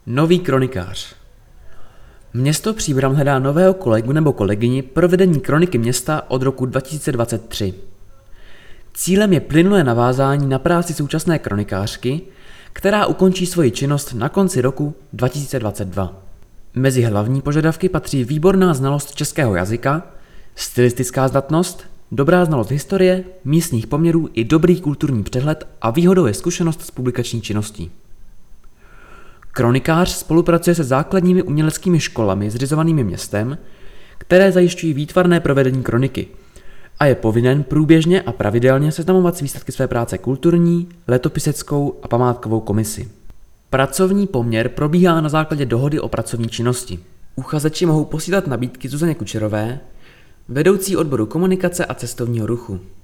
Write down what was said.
Nový kronikář. Město Příbram hledá nového kolegu nebo kolegyni pro vedení kroniky města od roku 2023. Cílem je plynulé navázání na práci současné kronikářky, která ukončí svoji činnost na konci roku 2022. Mezi hlavní požadavky patří výborná znalost českého jazyka, stylistická zdatnost, dobrá znalost historie, místních poměrů i dobrý kulturní přehled a výhodou je zkušenost s publikační činností. Kronikář spolupracuje se základními uměleckými školami zřizovanými městem, které zajišťují výtvarné provedení kroniky a je povinen průběžně a pravidelně seznamovat s výsledky své práce kulturní, letopiseckou a památkovou komisi. Pracovní poměr probíhá na základě dohody o pracovní činnosti. Uchazeči mohou posílat nabídky Zuzaně Kučerové, vedoucí odboru komunikace a cestovního ruchu.